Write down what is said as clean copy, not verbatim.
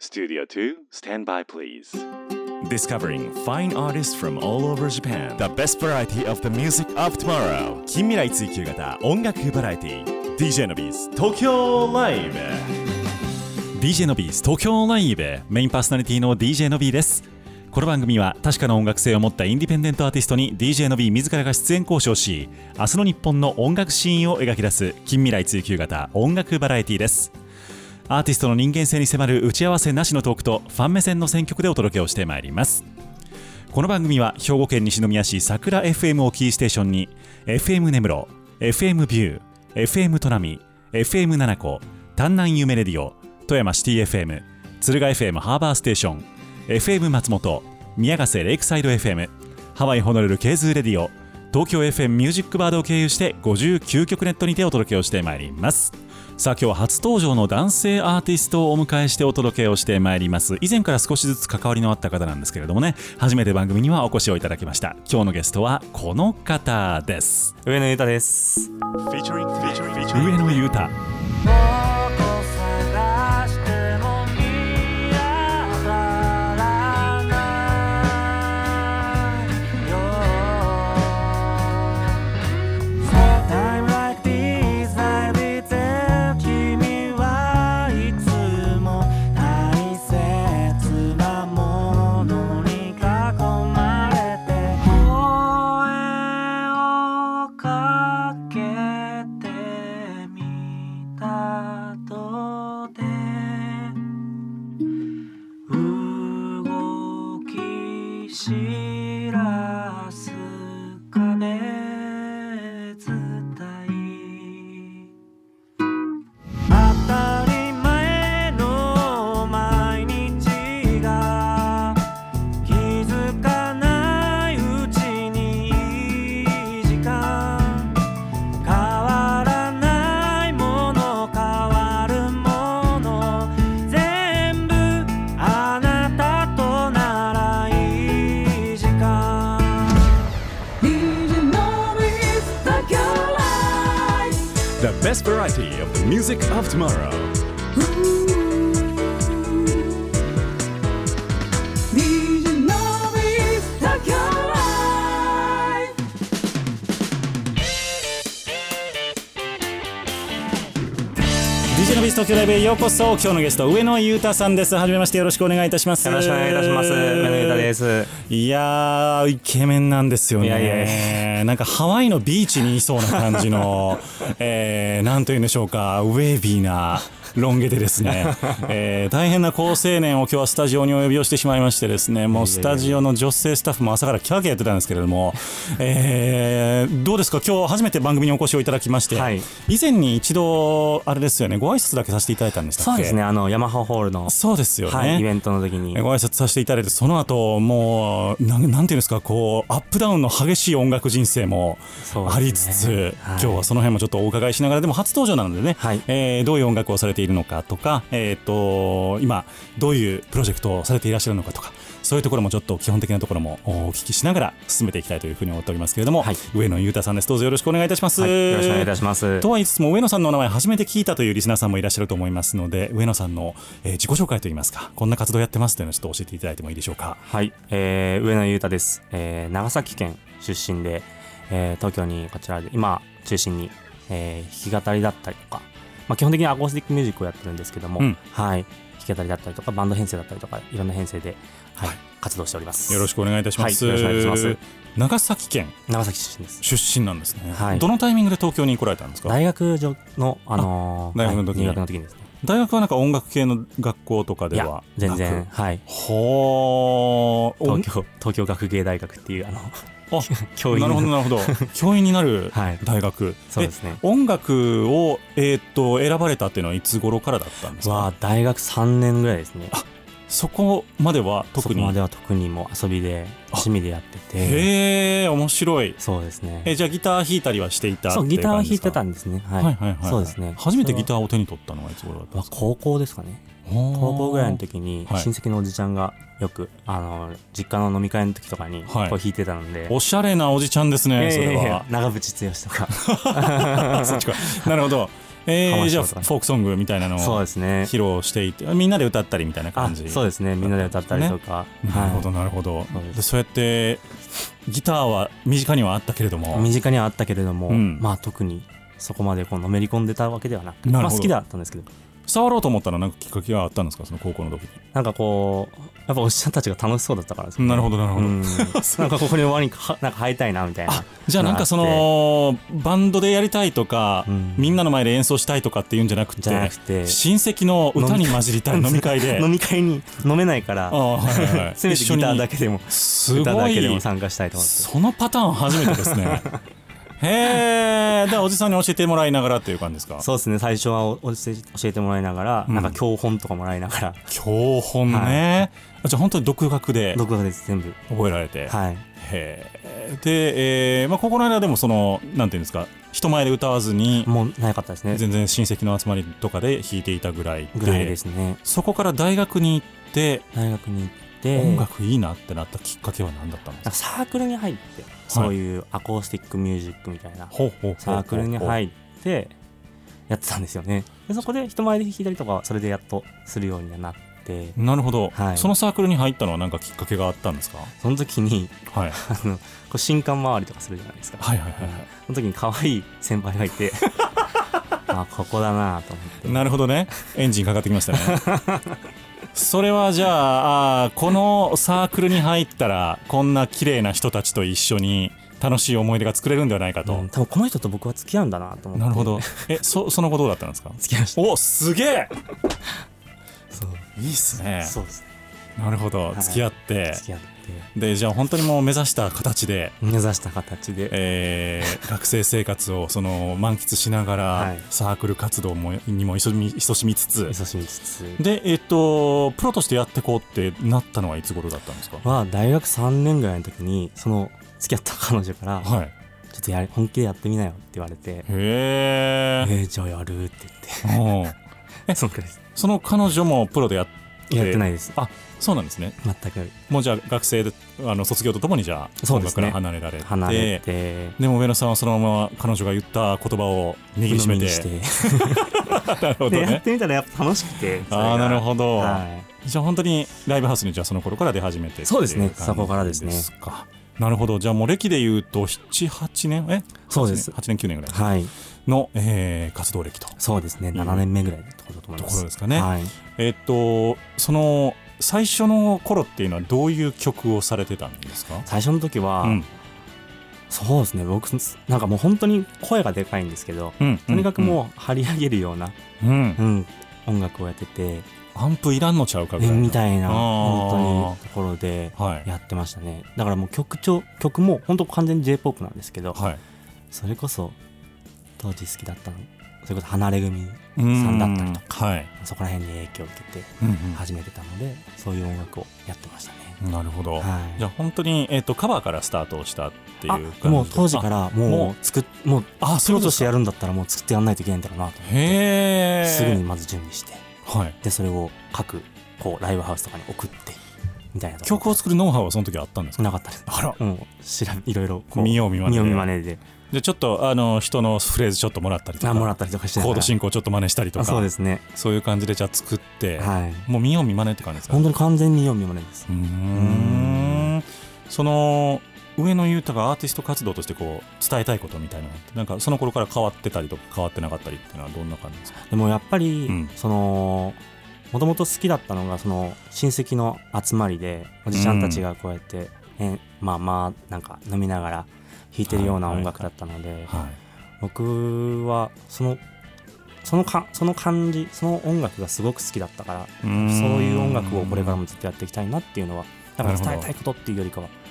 Studio 2, stand by please. Discovering fine artists from all over Japan. The best variety of the music of tomorrow. 近未来追求型音楽バラエティ DJ のビーズ東京ライブ DJ のビーズ東京ライブメインパーソナリティの DJ のビーです。この番組は確かな音楽性を持ったインディペンデントアーティストに DJ のビー自らが出演交渉し、明日の日本の音楽シーンを描き出す近未来追求型音楽バラエティです。アーティストの人間性に迫る打ち合わせなしのトークとファン目線の選曲でお届けをしてまいります。この番組は兵庫県西宮市桜 FM をキーステーションに FM 根室、FM ビュー、FM 砺波、FM 七子、丹南夢レディオ、富山シティ FM、敦賀 FM ハーバーステーション、FM 松本、宮ヶ瀬レイクサイド FM、ハワイホノルルケーズーレディオ、東京 FM ミュージックバードを経由して59曲ネットにてお届けをしてまいります。さあ今日は初登場の男性アーティストをお迎えしてお届けをしてまいります。以前から少しずつ関わりのあった方なんですけれどもね、初めて番組にはお越しをいただきました。今日のゲストはこの方です。 上野裕太です。 上野裕太。The best variety of the music of tomorrow. DJ のビーズ東京ライブへようこそ。今日のゲスト上野裕太さんです。はじめまして、よろしくお願いいたします。 よろしくお願いいたします。上野裕太です。 いやーイケメンなんですよね。なんかハワイのビーチにいそうな感じのなんというんでしょうか、ウェービーなロン毛でですね、大変な好青年を今日はスタジオにお呼びをしてしまいましてですね、もうスタジオの女性スタッフも朝からキャーキャーやってたんですけれども、どうですか、今日初めて番組にお越しをいただきまして、はい、以前に一度あれですよね、ご挨拶だけさせていただいたんでしたっけ。 そうですね、ヤマハホールのそうですよね、 はい、イベントの時にご挨拶させていただいて、その後もうなんていうんですか、こうアップダウンの激しい音楽人生もありつつ、ね、はい、今日はその辺もちょっとお伺いしながら、でも初登場なのでね、はい、どういう音楽をされているのかとか、今どういうプロジェクトをされていらっしゃるのかとか、そういうところもちょっと基本的なところもお聞きしながら進めていきたいというふうに思っておりますけれども、はい、上野裕太さんです。どうぞよろしくお願いいたします。 はい、よろしくお願いいたします。 とは言いつつも上野さんのお名前初めて聞いたというリスナーさんもいらっしゃると思いますので、上野さんの、自己紹介といいますか、こんな活動やってますというのをちょっと教えていただいてもいいでしょうか。 はい、上野裕太です。長崎県出身で、東京にこちらで今中心に、弾き語りだったりとか、基本的にアコースティックミュージックをやってるんですけども、はい、弾き語りだったりとかバンド編成だったりとかいろんな編成で、はい、活動しております。 よろしくお願いいたします。 はい、よろしくお願いします。 長崎県長崎出身です。 出身なんですね、 はい、 どのタイミングで東京に来られたんですか。 大学の、 大学の時に、 入学の時にですね。 大学はなんか音楽系の学校とかでは全然、はい、東京学芸大学っていう教員。 なるほどなるほど教員になる大学、はい、 そうですね。 音楽を、選ばれたっていうのはいつ頃からだったんですか。 大学3年ぐらいですね。 そこまでは特にもう遊びで趣味でやってて。 へえ、面白い。 そうですね。 じゃあギター弾いたりはしていたっていう感じですか。 そう、ギター弾いてたんですね。はい、はいはいはい、そうですね。 初めてギターを手に取ったのはいつ頃だったんですか。 高校ですかね。高校ぐらいの時に親戚のおじちゃんがよく実家の飲み会の時とかにこう弾いてたので、はい、 おしゃれなおじちゃんですね。それは長渕剛とかそっちか。なるほど。 じゃあフォークソングみたいなのを披露していて、みんなで歌ったりみたいな感じ。 そうですね、みんなで歌ったりとか、 ね、なるほどなるほど。でそうやってギターは身近にはあったけれども、 まあ特にそこまでこうのめり込んでたわけではなく、まあ好きだったんですけど。 触ろうと思ったらなんかきっかけがあったんですか、その高校の時に。 なんかこうやっぱおっしゃんたちが楽しそうだったからですね。 なるほどなるほど。 なんかここになんか入りたいなみたいな。 じゃあなんかそのバンドでやりたいとか、みんなの前で演奏したいとかっていうんじゃなくて、親戚の歌に混じりたい飲み会で飲み会に飲めないからせめてギターだけでも歌だけでも参加したいと思って。 そのパターン初めてですね。へえ。でおじさんに教えてもらいながらっていう感じですか。 そうですね、最初は教えてもらいながら、なんか教本とかもらいながら。 教本ね、じゃあ本当に独学です、 全部覚えられて。 はい。 へえ。で、ここの間でもそのなんていうんですか、人前で歌わずにもうなかったですね。 全然親戚の集まりとかで弾いていたぐらいですね。 そこから大学に行って音楽いいなってなったきっかけは何だったんですか。 サークルに入って、そういうアコースティックミュージックみたいなサークルに入ってやってたんですよね。でそこで人前で弾いたりとかそれでやっとするようになって。 なるほど、そのサークルに入ったのは何かきっかけがあったんですか。 その時に、こう新刊回りとかするじゃないですか。その時に可愛い先輩がいてここだなと思って。 なるほどね、エンジンかかってきましたね。それはじゃあこのサークルに入ったらこんな綺麗な人たちと一緒に楽しい思い出が作れるんではないかと、 多分この人と僕は付き合うんだなと思って。 なるほど。その後どうだったんですか。 付き合いました。 お、すげえそういいっすね。 そうですね。 なるほど、付き合ってで、じゃあ本当にもう目指した形で学生生活をその満喫しながら、サークル活動にも勤しみつつで、プロとしてやってこうってなったのはいつ頃だったんですか。 大学3年ぐらいの時にその付き合った彼女から、ちょっと本気でやってみなよって言われて、じゃあやるって言ってそのくらいです。 その彼女もプロでやってないです。 そうなんですね。 全く。 もうじゃあ学生で卒業とともにじゃあ音楽から離れられて、でも上野さんはそのまま彼女が言った言葉を握りしめてなるほどね。 やってみたらやっぱ楽しくて。 なるほど。じゃあ本当にライブハウスにじゃあその頃から出始めて。 そうですね、そこからですね。 なるほど。じゃあもう歴でいうと7、8年そうです。 8年9年ぐらいの活動歴と。 そうですね、7年目ぐらいのところだと思います。 ところですかね。その最初の頃っていうのはどういう曲をされてたんですか。 最初の時は、そうですね、僕なんかもう本当に声がでかいんですけど、とにかくもう張り上げるような音楽をやってて、 アンプいらんのちゃうかぐらいみたいな本当にところでやってましたね。だからもう曲も本当完全に J-POP なんですけど、それこそ当時好きだったのそれこそ離れ組さんだったりとか、そこら辺に影響を受けて始めてたので、そういう音楽をやってましたね。 なるほど。じゃあ本当にカバーからスタートをしたっていう感じで。 もう当時からもうプロとしてやるんだったらもう作ってやらないといけないんだろうなと思って、すぐにまず準備して、でそれを各こうライブハウスとかに送ってみたいな。 曲を作るノウハウはその時はあったんですか。 なかったです。いろいろ見よう見まねで。 でちょっと人のフレーズちょっともらったりとかしてコード進行ちょっと真似したりとか、 そうですね、 そういう感じでじゃあ作って、もう見よう見まねって感じですか。 本当に完全に見よう見まねです。 その上野裕太がアーティスト活動としてこう伝えたいことみたいなのってなんかその頃から変わってたりとか変わってなかったりっていうのはどんな感じですか。 でもやっぱり、そのもともと好きだったのがその親戚の集まりでおじちゃんたちがこうやって、なんか飲みながら弾いてるような音楽だったので、僕はその感じ、その音楽がすごく好きだったから、そういう音楽をこれからもずっとやっていきたいなっていうのは、だから伝えたいことっていうよりかは